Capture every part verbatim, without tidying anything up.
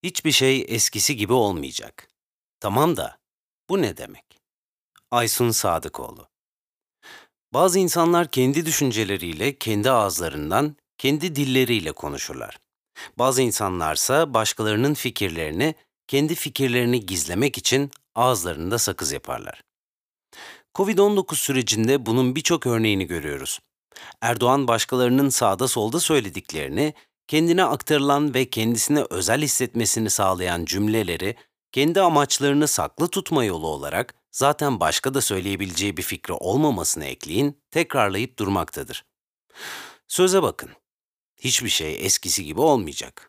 Hiçbir şey eskisi gibi olmayacak. Tamam da bu ne demek? Aysun Sadıkoğlu. Bazı insanlar kendi düşünceleriyle, kendi ağızlarından, kendi dilleriyle konuşurlar. Bazı insanlarsa başkalarının fikirlerini, kendi fikirlerini gizlemek için ağızlarında sakız yaparlar. covid on dokuz sürecinde bunun birçok örneğini görüyoruz. Erdoğan başkalarının sağda solda söylediklerini, kendine aktarılan ve kendisine özel hissetmesini sağlayan cümleleri, kendi amaçlarını saklı tutma yolu olarak zaten başka da söyleyebileceği bir fikri olmamasına ekleyin, tekrarlayıp durmaktadır. Söze bakın. Hiçbir şey eskisi gibi olmayacak.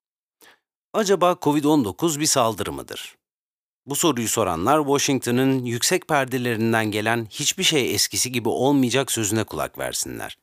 Acaba covid on dokuz bir saldırı mıdır? Bu soruyu soranlar Washington'ın yüksek perdelerinden gelen hiçbir şey eskisi gibi olmayacak sözüne kulak versinler.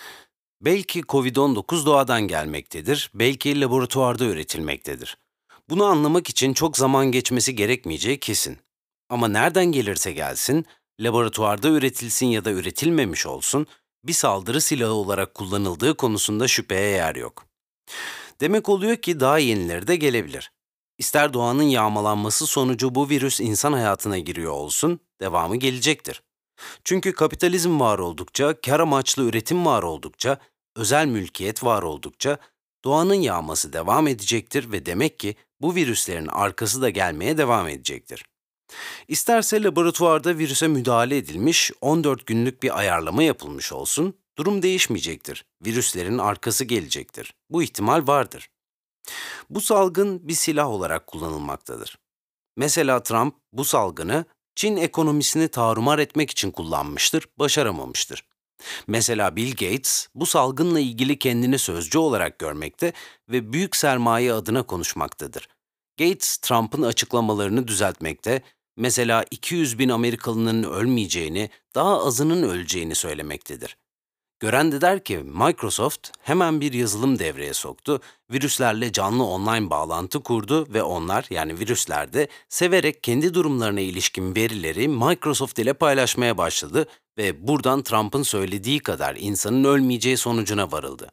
Belki covid on dokuz doğadan gelmektedir, belki laboratuvarda üretilmektedir. Bunu anlamak için çok zaman geçmesi gerekmeyeceği kesin. Ama nereden gelirse gelsin, laboratuvarda üretilsin ya da üretilmemiş olsun, bir saldırı silahı olarak kullanıldığı konusunda şüpheye yer yok. Demek oluyor ki daha yenileri de gelebilir. İster doğanın yağmalanması sonucu bu virüs insan hayatına giriyor olsun, devamı gelecektir. Çünkü kapitalizm var oldukça, kar amaçlı üretim var oldukça, özel mülkiyet var oldukça, doğanın yağması devam edecektir ve demek ki bu virüslerin arkası da gelmeye devam edecektir. İsterse laboratuvarda virüse müdahale edilmiş, on dört günlük bir ayarlama yapılmış olsun, durum değişmeyecektir. Virüslerin arkası gelecektir. Bu ihtimal vardır. Bu salgın bir silah olarak kullanılmaktadır. Mesela Trump bu salgını Çin ekonomisini tarumar etmek için kullanmıştır, başaramamıştır. Mesela Bill Gates bu salgınla ilgili kendini sözcü olarak görmekte ve büyük sermaye adına konuşmaktadır. Gates, Trump'ın açıklamalarını düzeltmekte, mesela iki yüz bin Amerikalının ölmeyeceğini, daha azının öleceğini söylemektedir. Gören de der ki Microsoft hemen bir yazılım devreye soktu, virüslerle canlı online bağlantı kurdu ve onlar yani virüsler de severek kendi durumlarına ilişkin verileri Microsoft ile paylaşmaya başladı ve buradan Trump'ın söylediği kadar insanın ölmeyeceği sonucuna varıldı.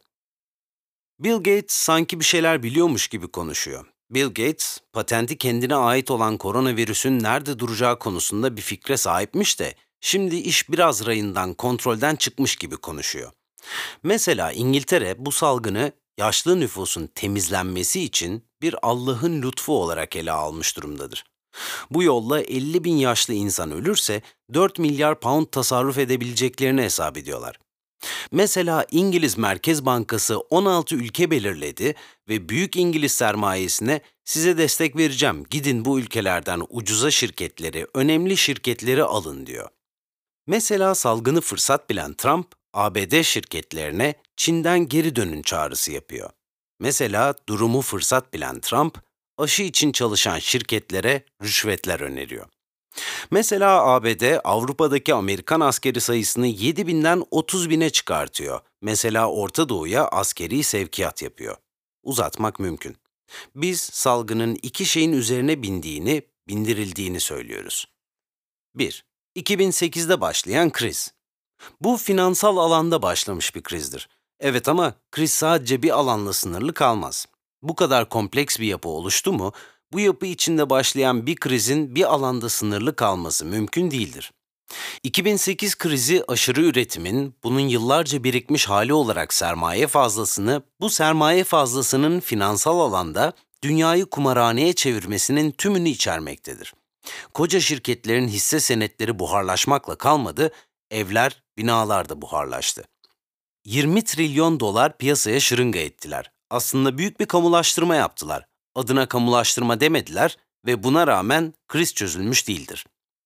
Bill Gates sanki bir şeyler biliyormuş gibi konuşuyor. Bill Gates, patenti kendine ait olan koronavirüsün nerede duracağı konusunda bir fikre sahipmiş de, şimdi iş biraz rayından, kontrolden çıkmış gibi konuşuyor. Mesela İngiltere bu salgını yaşlı nüfusun temizlenmesi için bir Allah'ın lütfu olarak ele almış durumdadır. Bu yolla elli bin yaşlı insan ölürse dört milyar pound tasarruf edebileceklerini hesap ediyorlar. Mesela İngiliz Merkez Bankası on altı ülke belirledi ve büyük İngiliz sermayesine size destek vereceğim, gidin bu ülkelerden ucuza şirketleri, önemli şirketleri alın diyor. Mesela salgını fırsat bilen Trump, A B D şirketlerine Çin'den geri dönün çağrısı yapıyor. Mesela durumu fırsat bilen Trump, aşı için çalışan şirketlere rüşvetler öneriyor. Mesela A B D, Avrupa'daki Amerikan askeri sayısını yedi binden otuz bine çıkartıyor. Mesela Orta Doğu'ya askeri sevkiyat yapıyor. Uzatmak mümkün. Biz salgının iki şeyin üzerine bindiğini, bindirildiğini söylüyoruz. bir. iki bin sekizde başlayan kriz. Bu finansal alanda başlamış bir krizdir. Evet ama kriz sadece bir alanla sınırlı kalmaz. Bu kadar kompleks bir yapı oluştu mu, bu yapı içinde başlayan bir krizin bir alanda sınırlı kalması mümkün değildir. iki bin sekiz krizi aşırı üretimin, bunun yıllarca birikmiş hali olarak sermaye fazlasını, bu sermaye fazlasının finansal alanda dünyayı kumarhaneye çevirmesinin tümünü içermektedir. Koca şirketlerin hisse senetleri buharlaşmakla kalmadı, evler, binalar da buharlaştı. yirmi trilyon dolar piyasaya şırınga ettiler. Aslında büyük bir kamulaştırma yaptılar. Adına kamulaştırma demediler ve buna rağmen kriz çözülmüş değildir.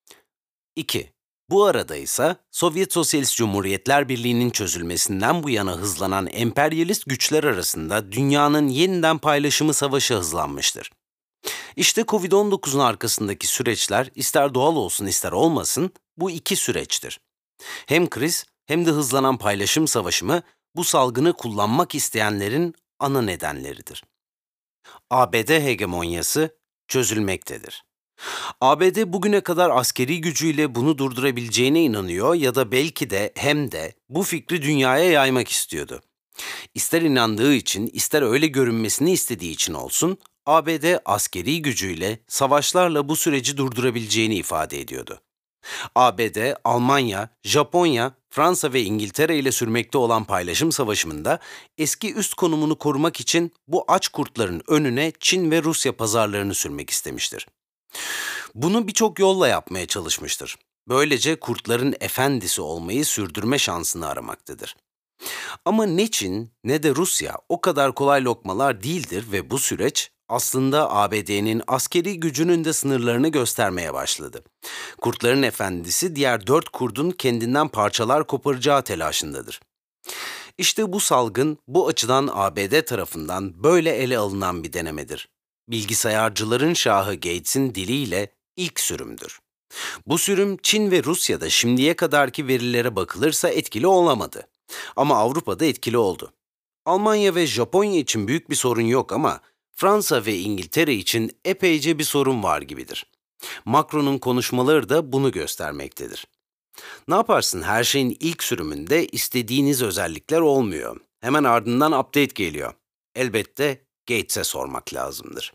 iki. Bu arada ise Sovyet Sosyalist Cumhuriyetler Birliği'nin çözülmesinden bu yana hızlanan emperyalist güçler arasında dünyanın yeniden paylaşımı savaşı hızlanmıştır. İşte covid on dokuzun arkasındaki süreçler ister doğal olsun ister olmasın bu iki süreçtir. Hem kriz hem de hızlanan paylaşım savaşı mı bu salgını kullanmak isteyenlerin ana nedenleridir. A B D hegemonyası çözülmektedir. A B D bugüne kadar askeri gücüyle bunu durdurabileceğine inanıyor ya da belki de hem de bu fikri dünyaya yaymak istiyordu. İster inandığı için, ister öyle görünmesini istediği için olsun, A B D askeri gücüyle, savaşlarla bu süreci durdurabileceğini ifade ediyordu. A B D, Almanya, Japonya, Fransa ve İngiltere ile sürmekte olan paylaşım savaşında eski üst konumunu korumak için bu aç kurtların önüne Çin ve Rusya pazarlarını sürmek istemiştir. Bunu birçok yolla yapmaya çalışmıştır. Böylece kurtların efendisi olmayı sürdürme şansını aramaktadır. Ama ne Çin ne de Rusya o kadar kolay lokmalar değildir ve bu süreç aslında A B D'nin askeri gücünün de sınırlarını göstermeye başladı. Kurtların efendisi diğer dört kurdun kendinden parçalar koparacağı telaşındadır. İşte bu salgın bu açıdan A B D tarafından böyle ele alınan bir denemedir. Bilgisayarcıların şahı Gates'in diliyle ilk sürümdür. Bu sürüm Çin ve Rusya'da şimdiye kadarki verilere bakılırsa etkili olamadı. Ama Avrupa'da etkili oldu. Almanya ve Japonya için büyük bir sorun yok ama Fransa ve İngiltere için epeyce bir sorun var gibidir. Macron'un konuşmaları da bunu göstermektedir. Ne yaparsın, her şeyin ilk sürümünde istediğiniz özellikler olmuyor. Hemen ardından update geliyor. Elbette Gates'e sormak lazımdır.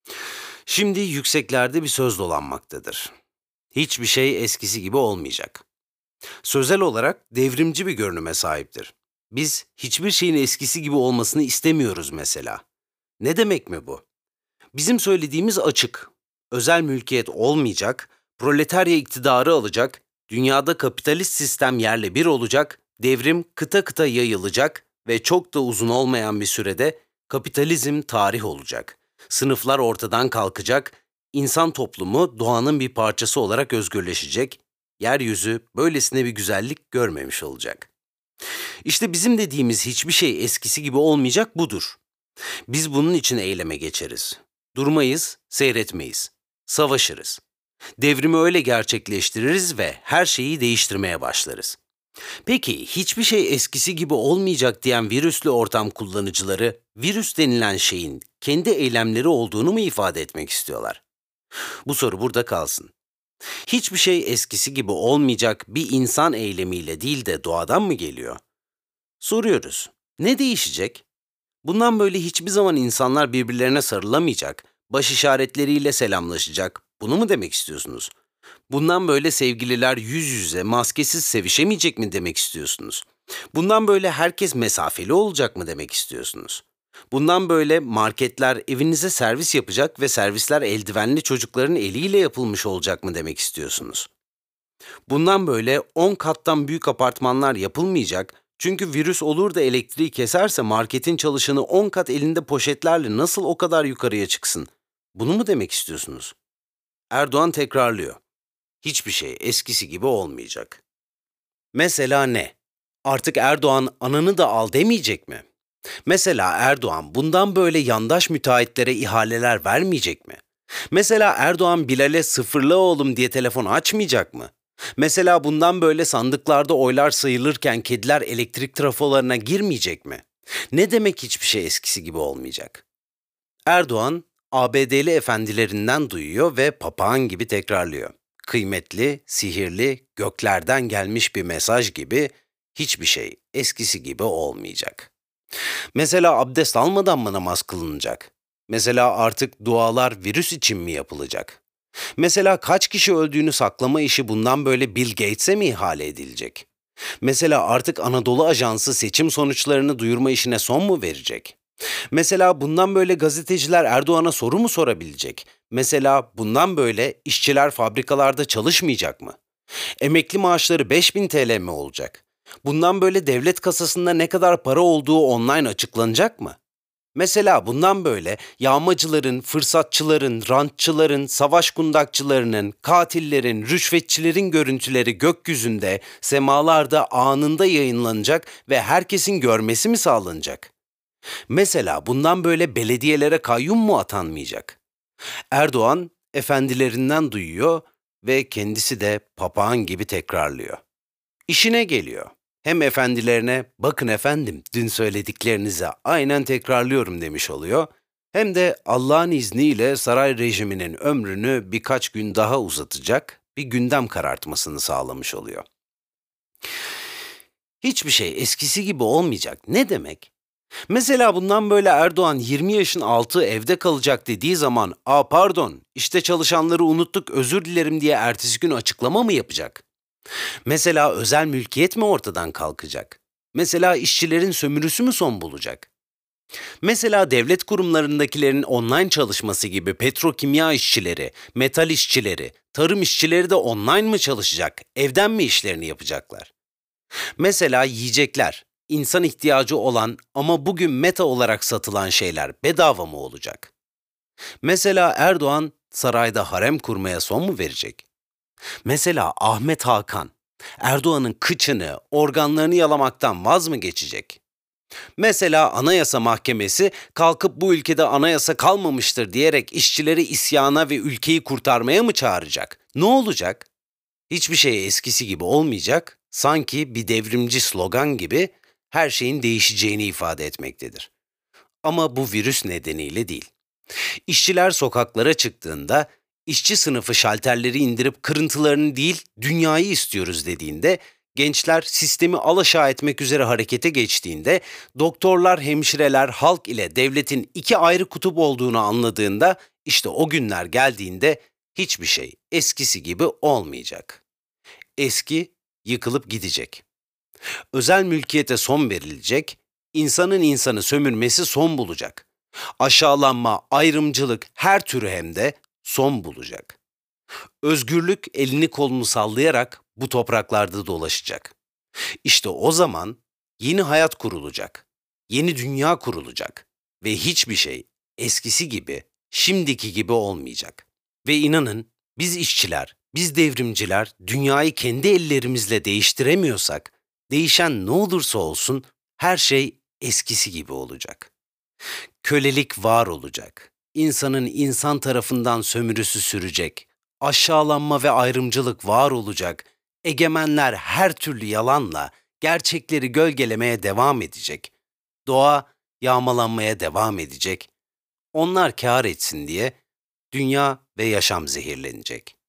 Şimdi yükseklerde bir söz dolanmaktadır. Hiçbir şey eskisi gibi olmayacak. Sözel olarak devrimci bir görünüme sahiptir. Biz hiçbir şeyin eskisi gibi olmasını istemiyoruz mesela. Ne demek mi bu? Bizim söylediğimiz açık. Özel mülkiyet olmayacak, proletarya iktidarı alacak, dünyada kapitalist sistem yerle bir olacak, devrim kıta kıta yayılacak ve çok da uzun olmayan bir sürede kapitalizm tarih olacak. Sınıflar ortadan kalkacak, insan toplumu doğanın bir parçası olarak özgürleşecek, yeryüzü böylesine bir güzellik görmemiş olacak. İşte bizim dediğimiz hiçbir şey eskisi gibi olmayacak budur. Biz bunun için eyleme geçeriz. Durmayız, seyretmeyiz. Savaşırız. Devrimi öyle gerçekleştiririz ve her şeyi değiştirmeye başlarız. Peki hiçbir şey eskisi gibi olmayacak diyen virüslü ortam kullanıcıları, virüs denilen şeyin kendi eylemleri olduğunu mu ifade etmek istiyorlar? Bu soru burada kalsın. Hiçbir şey eskisi gibi olmayacak bir insan eylemiyle değil de doğadan mı geliyor? Soruyoruz. Ne değişecek? Bundan böyle hiçbir zaman insanlar birbirlerine sarılamayacak, baş işaretleriyle selamlaşacak. Bunu mu demek istiyorsunuz? Bundan böyle sevgililer yüz yüze, maskesiz sevişemeyecek mi demek istiyorsunuz? Bundan böyle herkes mesafeli olacak mı demek istiyorsunuz? Bundan böyle marketler evinize servis yapacak ve servisler eldivenli çocukların eliyle yapılmış olacak mı demek istiyorsunuz? Bundan böyle on kattan büyük apartmanlar yapılmayacak, çünkü virüs olur da elektriği keserse marketin çalışanı on kat elinde poşetlerle nasıl o kadar yukarıya çıksın? Bunu mu demek istiyorsunuz? Erdoğan tekrarlıyor. Hiçbir şey eskisi gibi olmayacak. Mesela ne? Artık Erdoğan ananı da al demeyecek mi? Mesela Erdoğan bundan böyle yandaş müteahhitlere ihaleler vermeyecek mi? Mesela Erdoğan Bilal'e sıfırla oğlum diye telefon açmayacak mı? Mesela bundan böyle sandıklarda oylar sayılırken kediler elektrik trafolarına girmeyecek mi? Ne demek hiçbir şey eskisi gibi olmayacak? Erdoğan, A B D'li efendilerinden duyuyor ve papağan gibi tekrarlıyor. Kıymetli, sihirli, göklerden gelmiş bir mesaj gibi hiçbir şey eskisi gibi olmayacak. Mesela abdest almadan mı namaz kılınacak? Mesela artık dualar virüs için mi yapılacak? Mesela kaç kişi öldüğünü saklama işi bundan böyle Bill Gates'e mi ihale edilecek? Mesela artık Anadolu Ajansı seçim sonuçlarını duyurma işine son mu verecek? Mesela bundan böyle gazeteciler Erdoğan'a soru mu sorabilecek? Mesela bundan böyle işçiler fabrikalarda çalışmayacak mı? Emekli maaşları beş bin T L mi olacak? Bundan böyle devlet kasasında ne kadar para olduğu online açıklanacak mı? Mesela bundan böyle yağmacıların, fırsatçıların, rantçıların, savaş kundakçılarının, katillerin, rüşvetçilerin görüntüleri gökyüzünde, semalarda anında yayınlanacak ve herkesin görmesi mi sağlanacak? Mesela bundan böyle belediyelere kayyum mu atanmayacak? Erdoğan efendilerinden duyuyor ve kendisi de papağan gibi tekrarlıyor. İşine geliyor. Hem efendilerine bakın efendim dün söylediklerinizi aynen tekrarlıyorum demiş oluyor. Hem de Allah'ın izniyle saray rejiminin ömrünü birkaç gün daha uzatacak bir gündem karartmasını sağlamış oluyor. Hiçbir şey eskisi gibi olmayacak. Ne demek? Mesela bundan böyle Erdoğan yirmi yaşın altı evde kalacak dediği zaman, "Aa pardon, işte çalışanları unuttuk, özür dilerim." diye ertesi gün açıklama mı yapacak? Mesela özel mülkiyet mi ortadan kalkacak? Mesela işçilerin sömürüsü mü son bulacak? Mesela devlet kurumlarındakilerin online çalışması gibi petrokimya işçileri, metal işçileri, tarım işçileri de online mı çalışacak, evden mi işlerini yapacaklar? Mesela yiyecekler, insan ihtiyacı olan ama bugün meta olarak satılan şeyler bedava mı olacak? Mesela Erdoğan sarayda harem kurmaya son mu verecek? Mesela Ahmet Hakan, Erdoğan'ın kıçını, organlarını yalamaktan vaz mı geçecek? Mesela Anayasa Mahkemesi kalkıp bu ülkede anayasa kalmamıştır diyerek işçileri isyana ve ülkeyi kurtarmaya mı çağıracak? Ne olacak? Hiçbir şey eskisi gibi olmayacak, sanki bir devrimci slogan gibi her şeyin değişeceğini ifade etmektedir. Ama bu virüs nedeniyle değil. İşçiler sokaklara çıktığında, işçi sınıfı şalterleri indirip kırıntılarını değil, dünyayı istiyoruz dediğinde, gençler sistemi alaşağı etmek üzere harekete geçtiğinde, doktorlar, hemşireler, halk ile devletin iki ayrı kutup olduğunu anladığında, işte o günler geldiğinde hiçbir şey eskisi gibi olmayacak. Eski yıkılıp gidecek. Özel mülkiyete son verilecek, insanın insanı sömürmesi son bulacak. Aşağılanma, ayrımcılık her türü hem de son bulacak. Özgürlük elini kolunu sallayarak bu topraklarda dolaşacak. İşte o zaman yeni hayat kurulacak. Yeni dünya kurulacak ve hiçbir şey eskisi gibi, şimdiki gibi olmayacak. Ve inanın biz işçiler, biz devrimciler dünyayı kendi ellerimizle değiştiremiyorsak, değişen ne olursa olsun her şey eskisi gibi olacak. Kölelik var olacak. İnsanın insan tarafından sömürüsü sürecek. Aşağılanma ve ayrımcılık var olacak. Egemenler her türlü yalanla gerçekleri gölgelemeye devam edecek. Doğa yağmalanmaya devam edecek. Onlar kâr etsin diye dünya ve yaşam zehirlenecek.